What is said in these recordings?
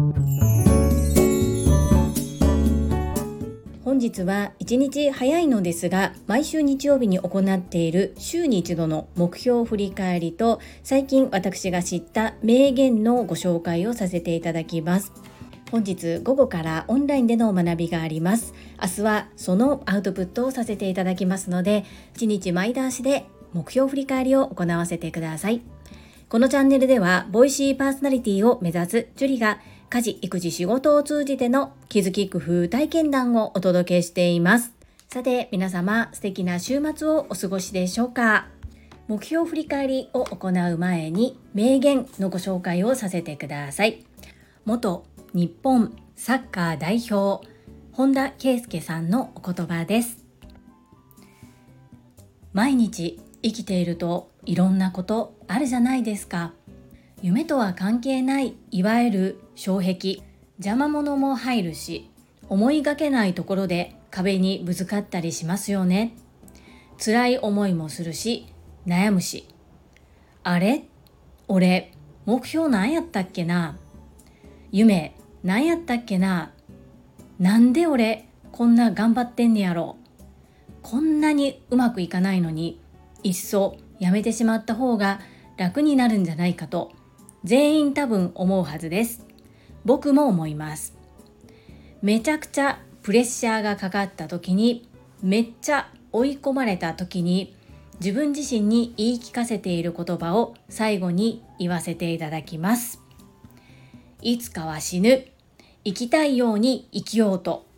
本日は1日早いのですが、毎週日曜日に行っている週に一度の目標振り返りと、最近私が知った名言のご紹介をさせていただきます。本日午後からオンラインでの学びがあります。明日はそのアウトプットをさせていただきますので、1日前倒しで目標振り返りを行わせてください。このチャンネルでは、ボイシーパーソナリティを目指すジュリが、家事・育児・仕事を通じての気づき工夫体験談をお届けしています。さて皆様、素敵な週末をお過ごしでしょうか。目標振り返りを行う前に名言のご紹介をさせてください。元日本サッカー代表本田圭佑さんのお言葉です。毎日生きているといろんなことあるじゃないですか。夢とは関係ないいわゆる障壁、邪魔者も入るし、思いがけないところで壁にぶつかったりしますよね。辛い思いもするし、悩むし、あれ？俺、目標何やったっけな？夢、何やったっけな？なんで俺、こんな頑張ってんねやろ？こんなにうまくいかないのに、いっそやめてしまった方が楽になるんじゃないかと、全員多分思うはずです。僕も思います。めちゃくちゃプレッシャーがかかった時に、めっちゃ追い込まれた時に、自分自身に言い聞かせている言葉を最後に言わせていただきます。いつかは死ぬ。生きたいように生きようと。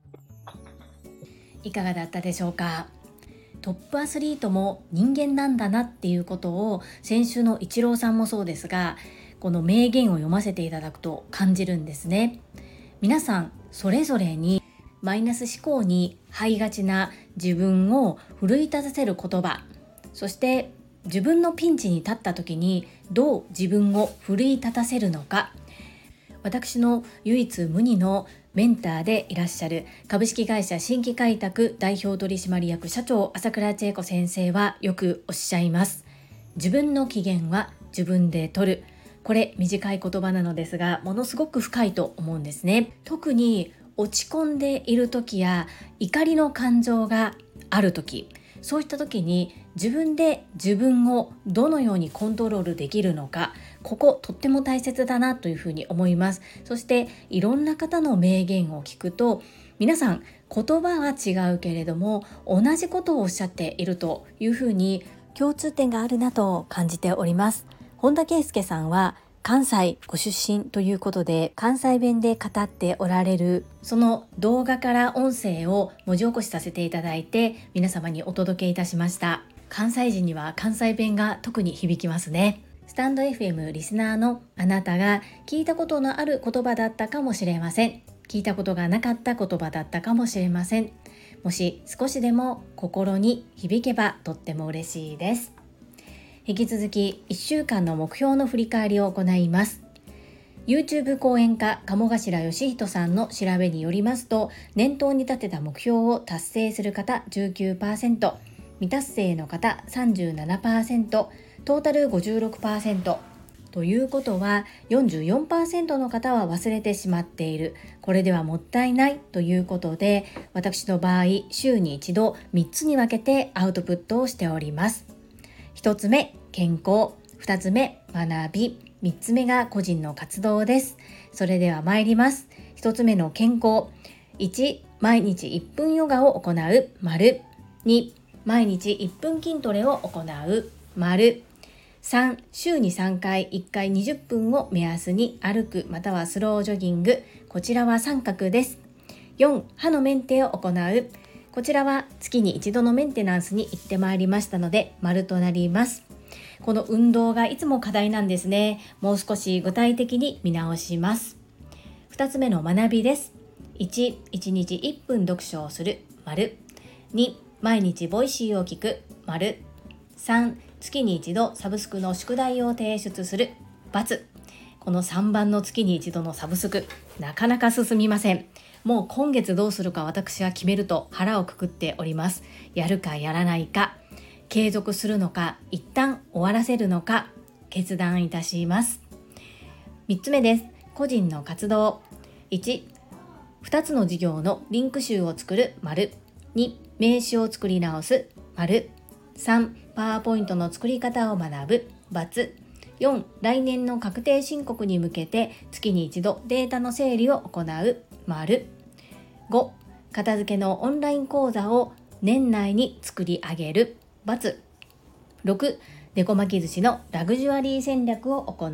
いかがだったでしょうか。トップアスリートも人間なんだなっていうことを、先週のイチローさんもそうですが、この名言を読ませていただくと感じるんですね。皆さんそれぞれにマイナス思考に入りがちな自分を奮い立たせる言葉、そして自分のピンチに立った時にどう自分を奮い立たせるのか、私の唯一無二のメンターでいらっしゃる株式会社新規開拓代表取締役社長朝倉千恵子先生はよくおっしゃいます。自分の機嫌は自分で取る。これ短い言葉なのですが、ものすごく深いと思うんですね。特に落ち込んでいる時や怒りの感情がある時、そういった時に自分で自分をどのようにコントロールできるのか、こことっても大切だなというふうに思います。そしていろんな方の名言を聞くと、皆さん言葉は違うけれども同じことをおっしゃっているというふうに共通点があるなと感じております。本田圭佑さんは関西ご出身ということで、関西弁で語っておられるその動画から音声を文字起こしさせていただいて、皆様にお届けいたしました。関西人には関西弁が特に響きますね。スタンド FM リスナーのあなたが聞いたことのある言葉だったかもしれません。聞いたことがなかった言葉だったかもしれません。もし少しでも心に響けばとっても嬉しいです。引き続き1週間の目標の振り返りを行います。 YouTube 講演家鴨頭義人さんの調べによりますと、念頭に立てた目標を達成する方 19%、 未達成の方 37%、 トータル 56%ということは 44% の方は忘れてしまっている。これではもったいないということで、私の場合週に一度3つに分けてアウトプットをしております。1つ目健康、2つ目学び、3つ目が個人の活動です。それでは参ります。1つ目の健康。1、毎日1分ヨガを行う丸。2、毎日1分筋トレを行う丸。3、週に3回1回20分を目安に歩くまたはスロージョギング、こちらは三角です。4、歯のメンテを行う。こちらは月に一度のメンテナンスに行ってまいりましたので丸となります。この運動がいつも課題なんですね。もう少し具体的に見直します。2つ目の学びです。1、1日1分読書をする丸。2、毎日ボイシーを聞く丸。3、月に一度サブスクの宿題を提出する×。この3番の月に一度のサブスク、なかなか進みません。もう今月どうするか私は決めると腹をくくっております。やるかやらないか、継続するのか、一旦終わらせるのか決断いたします。3つ目です。 個人の活動。1、2つの事業のリンク集を作る丸。2、名刺を作り直す丸。3、パワーポイントの作り方を学ぶ×。4、来年の確定申告に向けて月に一度データの整理を行う丸。5、片付けのオンライン講座を年内に作り上げる×。6、デコ巻き寿司のラグジュアリー戦略を行う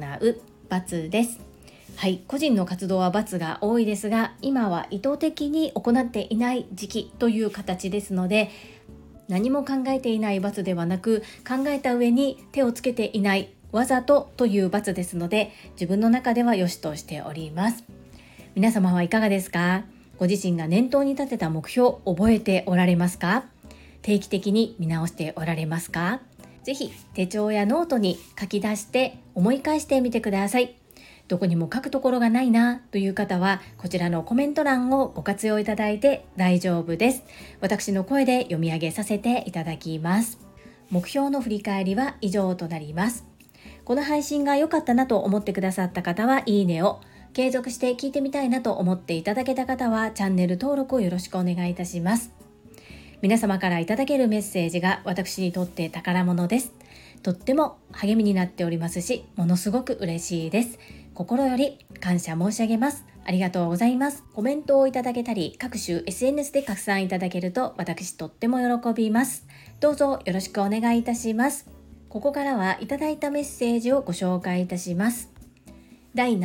×です。はい、個人の活動は×が多いですが、今は意図的に行っていない時期という形ですので、何も考えていない×ではなく、考えた上に手をつけていないわざとという×ですので、自分の中では良しとしております。皆様はいかがですか？ご自身が念頭に立てた目標、覚えておられますか？定期的に見直しておられますか？ぜひ手帳やノートに書き出して思い返してみてください。どこにも書くところがないなという方は、こちらのコメント欄をご活用いただいて大丈夫です。私の声で読み上げさせていただきます。目標の振り返りは以上となります。この配信が良かったなと思ってくださった方はいいねを、継続して聞いてみたいなと思っていただけた方はチャンネル登録をよろしくお願いいたします。皆様からいただけるメッセージが私にとって宝物です。とっても励みになっておりますし、ものすごく嬉しいです。心より感謝申し上げます。ありがとうございます。コメントをいただけたり、各種 SNS で拡散いただけると私とっても喜びます。どうぞよろしくお願いいたします。ここからはいただいたメッセージをご紹介いたします。第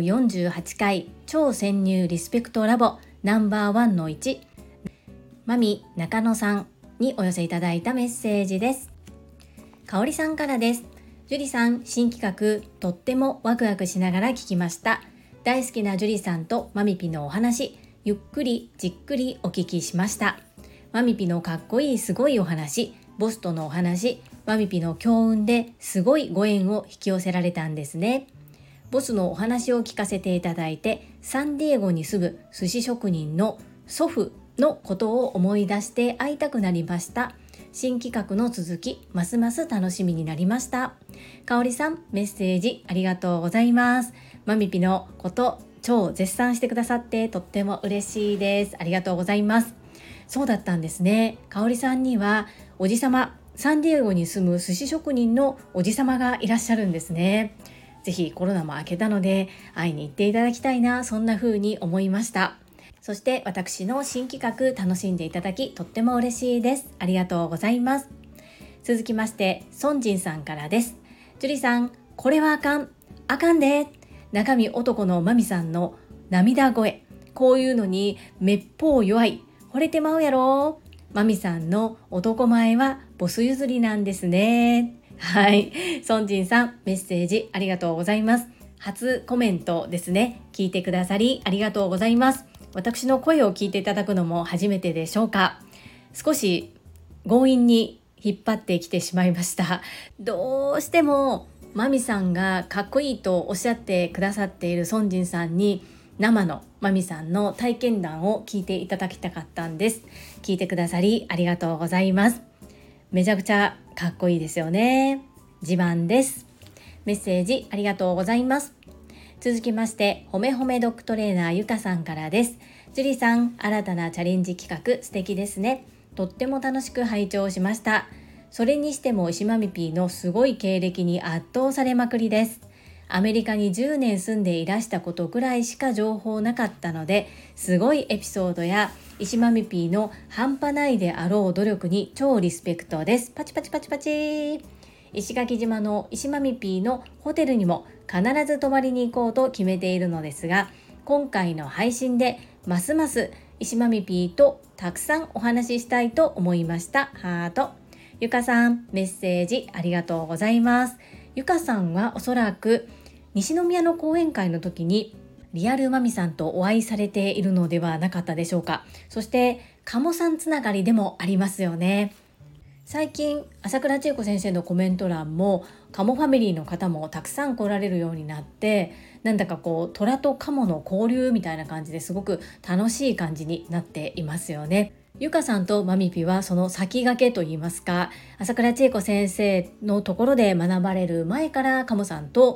748回超潜入リスペクトラボナンバー1の1、マミ中野さんにお寄せいただいたメッセージです。かおりさんからです。ジュリさん、新企画とってもワクワクしながら聞きました。大好きなジュリさんとマミピのお話、ゆっくりじっくりお聞きしました。マミピのかっこいいすごいお話、ボスとのお話、マミピの強運ですごいご縁を引き寄せられたんですね。ボスのお話を聞かせていただいて、サンディエゴに住む寿司職人の祖父のことを思い出して会いたくなりました。新企画の続き、ますます楽しみになりました。かおりさん、メッセージありがとうございます。マミピのこと超絶賛してくださってとっても嬉しいです。ありがとうございます。そうだったんですね。かおりさんにはおじさま、サンディエゴに住む寿司職人のおじさまがいらっしゃるんですね。ぜひコロナも明けたので会いに行っていただきたいな、そんな風に思いました。そして私の新企画楽しんでいただきとっても嬉しいです。ありがとうございます。続きましてソンジンさんからです。ジュリさん、これはあかんで、中身男のマミさんの涙声、こういうのにめっぽう弱い、惚れてまうやろ。マミさんの男前はボス譲りなんですね。はい、ソンジンさん、メッセージありがとうございます。初コメントですね。聞いてくださりありがとうございます。私の声を聞いていただくのも初めてでしょうか。少し強引に引っ張ってきてしまいました。どうしてもマミさんがかっこいいとおっしゃってくださっているソンジンさんに生のマミさんの体験談を聞いていただきたかったんです。聞いてくださりありがとうございます。めちゃくちゃかっこいいですよね。自慢です。メッセージありがとうございます。続きましてほめほめドッグトレーナーゆかさんからです。ジュリさん、新たなチャレンジ企画素敵ですね。とっても楽しく拝聴しました。それにしても石まみぴーのすごい経歴に圧倒されまくりです。アメリカに10年住んでいらしたことぐらいしか情報なかったので、すごいエピソードや石まみぴーの半端ないであろう努力に超リスペクトです。パチパチパチパチ。石垣島の石まみぴーのホテルにも必ず泊まりに行こうと決めているのですが、今回の配信でますます石まみぴーとたくさんお話ししたいと思いました。ハート。ゆかさん、メッセージありがとうございます。ゆかさんはおそらく西宮の講演会の時にリアルマミさんとお会いされているのではなかったでしょうか。そして鴨さんつながりでもありますよね。最近朝倉千恵子先生のコメント欄もカモファミリーの方もたくさん来られるようになって、なんだかこう虎とカモの交流みたいな感じですごく楽しい感じになっていますよね。ゆかさんとマミピはその先駆けといいますか、朝倉千恵子先生のところで学ばれる前からカモさんと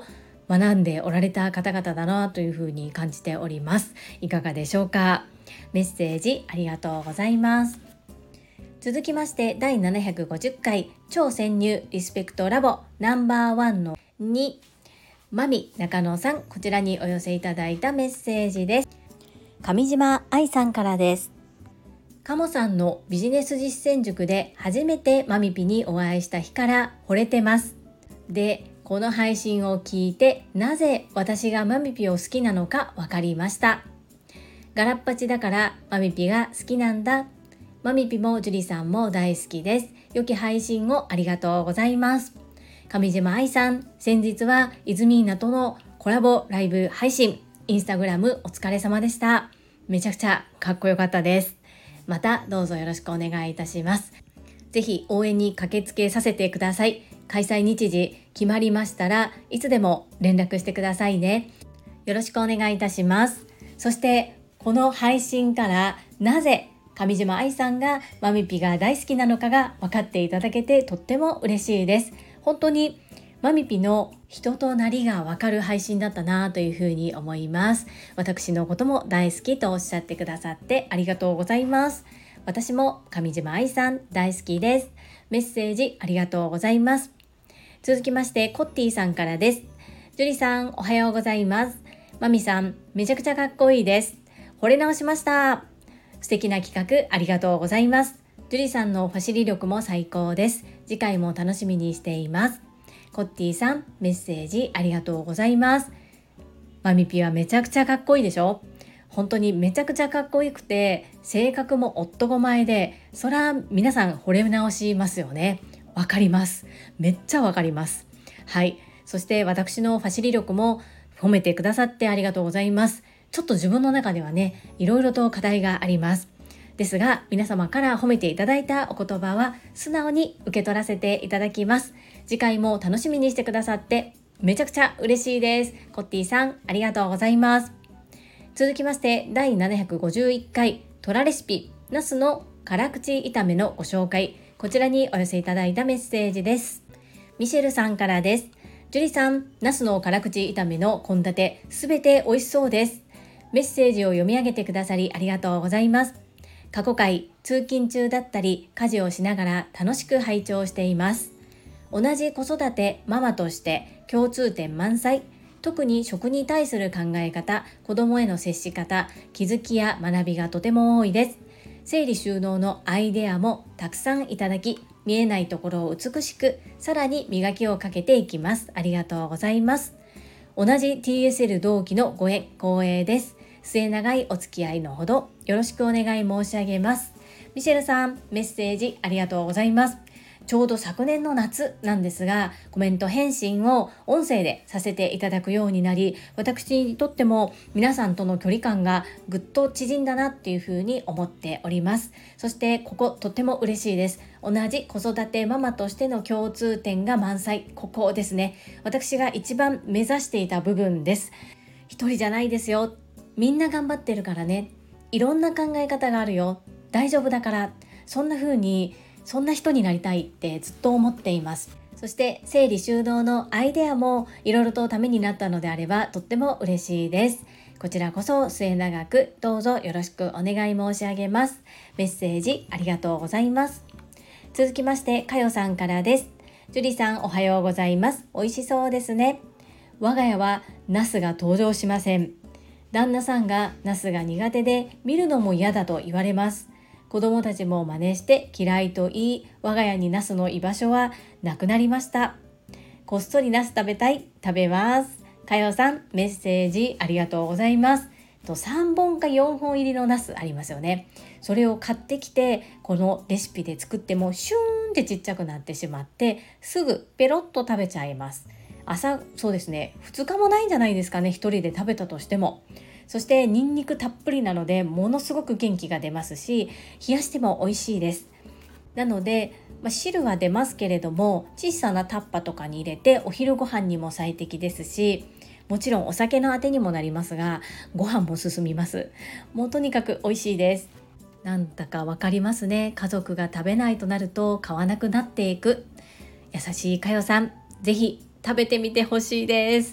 学んでおられた方々だなというふうに感じております。いかがでしょうか。メッセージありがとうございます。続きまして第750回超潜入リスペクトラボナンバーワンの2、マミ中野さん、こちらにお寄せいただいたメッセージです。上島愛さんからです。カモさんのビジネス実践塾で初めてマミピにお会いした日から惚れてます。で、この配信を聞いてなぜ私がマミピを好きなのか分かりました。ガラッパチだからマミピが好きなんだ。マミピもジュリさんも大好きです。良き配信をありがとうございます。上島愛さん、先日はイズミーナとのコラボライブ配信、インスタグラムお疲れ様でした。めちゃくちゃかっこよかったです。またどうぞよろしくお願いいたします。ぜひ応援に駆けつけさせてください。開催日時決まりましたらいつでも連絡してくださいね。よろしくお願いいたします。そしてこの配信からなぜ上島愛さんがマミピが大好きなのかが分かっていただけてとっても嬉しいです。本当にマミピの人となりが分かる配信だったなというふうに思います。私のことも大好きとおっしゃってくださってありがとうございます。私も上島愛さん大好きです。メッセージありがとうございます。続きましてコッティさんからです。ジュリさんおはようございます。マミさんめちゃくちゃかっこいいです。惚れ直しました。素敵な企画ありがとうございます。ジュリさんのファシリ力も最高です。次回も楽しみにしています。コッティさんメッセージありがとうございます。マミピはめちゃくちゃかっこいいでしょ。本当にめちゃくちゃかっこよくて性格も男前で、そら皆さん惚れ直しますよね。わかります。めっちゃわかります。はい。そして私のファシリ力も褒めてくださってありがとうございます。ちょっと自分の中ではね、いろいろと課題があります。ですが皆様から褒めていただいたお言葉は素直に受け取らせていただきます。次回も楽しみにしてくださってめちゃくちゃ嬉しいです。コッティさんありがとうございます。続きまして第751回トラレシピナスの辛口炒めのご紹介、こちらにお寄せいただいたメッセージです。ミシェルさんからです。ジュリさん、ナスの辛口炒めの献立すべて美味しそうです。メッセージを読み上げてくださりありがとうございます。過去回通勤中だったり家事をしながら楽しく拝聴しています。同じ子育てママとして共通点満載。特に食に対する考え方、子供への接し方、気づきや学びがとても多いです。整理収納のアイデアもたくさんいただき、見えないところを美しく、さらに磨きをかけていきます。ありがとうございます。同じ TSL 同期のご縁光栄です。末永いお付き合いのほどよろしくお願い申し上げます。ミシェルさん、メッセージありがとうございます。ちょうど昨年の夏なんですが、コメント返信を音声でさせていただくようになり、私にとっても皆さんとの距離感がぐっと縮んだなっていうふうに思っております。そしてこことっても嬉しいです。同じ子育てママとしての共通点が満載、ここですね。私が一番目指していた部分です。一人じゃないですよ。みんな頑張ってるからね。いろんな考え方があるよ。大丈夫だから。そんな風にそんな人になりたいってずっと思っています。そして整理収納のアイデアもいろいろとためになったのであればとっても嬉しいです。こちらこそ末永くどうぞよろしくお願い申し上げます。メッセージありがとうございます。続きましてかよさんからです。ジュリさんおはようございます。美味しそうですね。我が家はナスが登場しません。旦那さんがナスが苦手で見るのも嫌だと言われます。子供たちも真似して嫌いと言い、我が家にナスの居場所はなくなりました。こっそりナス食べたい、食べます。かよさん、メッセージありがとうございます。3本か4本入りのナスありますよね。それを買ってきて、このレシピで作ってもシューンってちっちゃくなってしまって、すぐペロッと食べちゃいます。朝、そうですね、2日もないんじゃないですかね、一人で食べたとしても。そしてニンニクたっぷりなのでものすごく元気が出ますし、冷やしても美味しいです。なので、汁は出ますけれども小さなタッパとかに入れてお昼ご飯にも最適ですし、もちろんお酒のあてにもなりますが、ご飯も進みます。もうとにかく美味しいです。なんだかわかりますね。家族が食べないとなると買わなくなっていく。優しいかよさん、ぜひ食べてみてほしいです。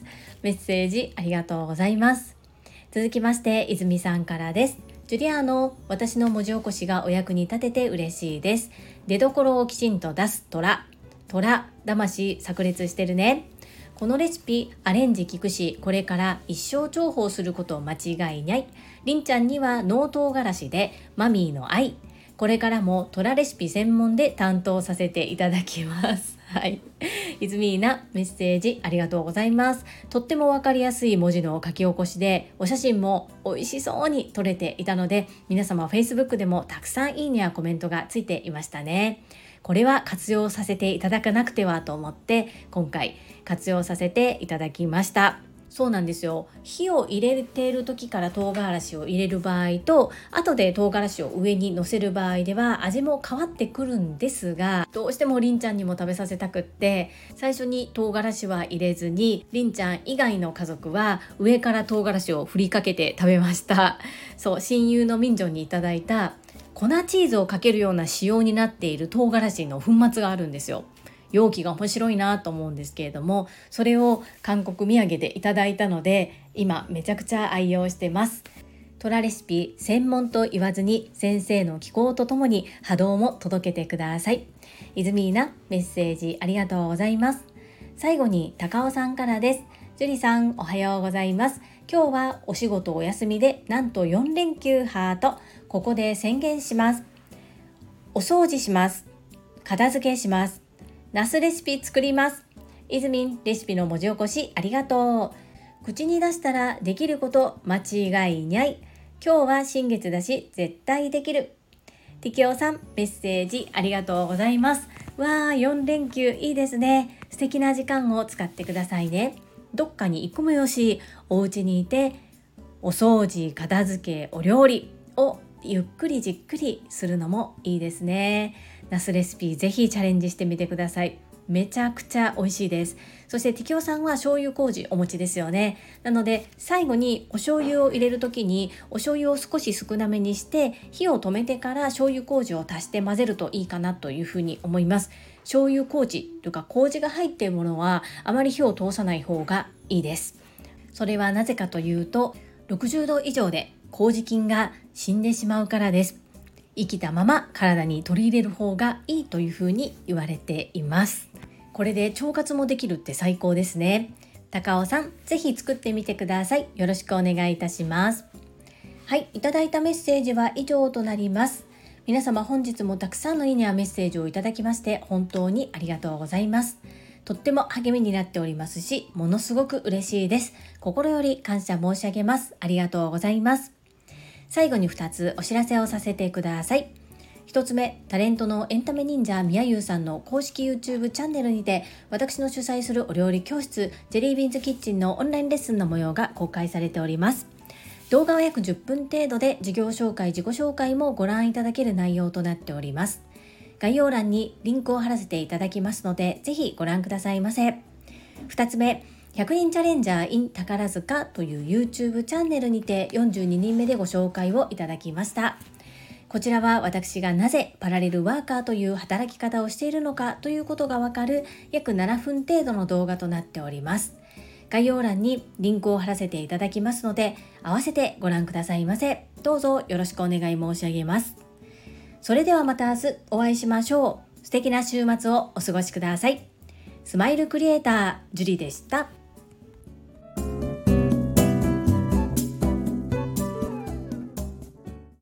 メッセージありがとうございます。続きまして泉さんからです。ジュリアーノ、私の文字起こしがお役に立てて嬉しいです。出どころをきちんと出す虎魂炸裂してるね。このレシピアレンジ効くし、これから一生重宝すること間違いない。りんちゃんには濃唐辛子でマミーの愛。これからもトラレシピ専門で担当させていただきます。はい、イズミーナ、メッセージありがとうございます。とってもわかりやすい文字の書き起こしで、お写真も美味しそうに撮れていたので、皆様 Facebook でもたくさんいいねやコメントがついていましたね。これは活用させていただかなくてはと思って今回活用させていただきました。そうなんですよ。火を入れている時から唐辛子を入れる場合と、後で唐辛子を上に乗せる場合では味も変わってくるんですが、どうしてもりんちゃんにも食べさせたくって、最初に唐辛子は入れずに、りんちゃん以外の家族は上から唐辛子を振りかけて食べました。そう、親友のミンジョンにいただいた粉チーズをかけるような仕様になっている唐辛子の粉末があるんですよ。容器が面白いなと思うんですけれども、それを韓国土産でいただいたので、今めちゃくちゃ愛用してます。トラレシピ専門と言わずに、先生の気候とともに波動も届けてください。イズミーナ、メッセージありがとうございます。最後に高尾さんからです。ジュリさん、おはようございます。今日はお仕事お休みで、なんと4連休ハート。ここで宣言します。お掃除します。片付けします。ナスレシピ作ります。イズミン、レシピの文字起こしありがとう。口に出したらできること間違いにゃい。今日は新月だし絶対できる。ティキオさん、メッセージありがとうございます。わー、4連休いいですね。素敵な時間を使ってくださいね。どっかに行くもよし、お家にいてお掃除、片付け、お料理をゆっくりじっくりするのもいいですね。ナスレシピぜひチャレンジしてみてください。めちゃくちゃ美味しいです。そしてティキオさんは醤油麹お持ちですよね。なので最後にお醤油を入れるときに、お醤油を少し少なめにして火を止めてから醤油麹を足して混ぜるといいかなというふうに思います。醤油麹というか麹が入っているものはあまり火を通さない方がいいです。それはなぜかというと、60度以上で麹菌が死んでしまうからです。生きたまま体に取り入れる方がいいというふうに言われています。これで腸活もできるって最高ですね。高尾さん、ぜひ作ってみてください。よろしくお願いいたします。はい、いただいたメッセージは以上となります。皆様本日もたくさんのいいねやメッセージをいただきまして本当にありがとうございます。とっても励みになっておりますし、ものすごく嬉しいです。心より感謝申し上げます。ありがとうございます。最後に2つお知らせをさせてください。1つ目、タレントのエンタメ忍者みやゆうさんの公式 YouTube チャンネルにて、私の主催するお料理教室ジェリービーンズキッチンのオンラインレッスンの模様が公開されております。動画は約10分程度で、授業紹介、自己紹介もご覧いただける内容となっております。概要欄にリンクを貼らせていただきますので、ぜひご覧くださいませ。2つ目、100人チャレンジャー in 宝塚という YouTube チャンネルにて42人目でご紹介をいただきました。こちらは私がなぜパラレルワーカーという働き方をしているのかということがわかる約7分程度の動画となっております。概要欄にリンクを貼らせていただきますので、合わせてご覧くださいませ。どうぞよろしくお願い申し上げます。それではまた明日お会いしましょう。素敵な週末をお過ごしください。スマイルクリエイター、ジュリでした。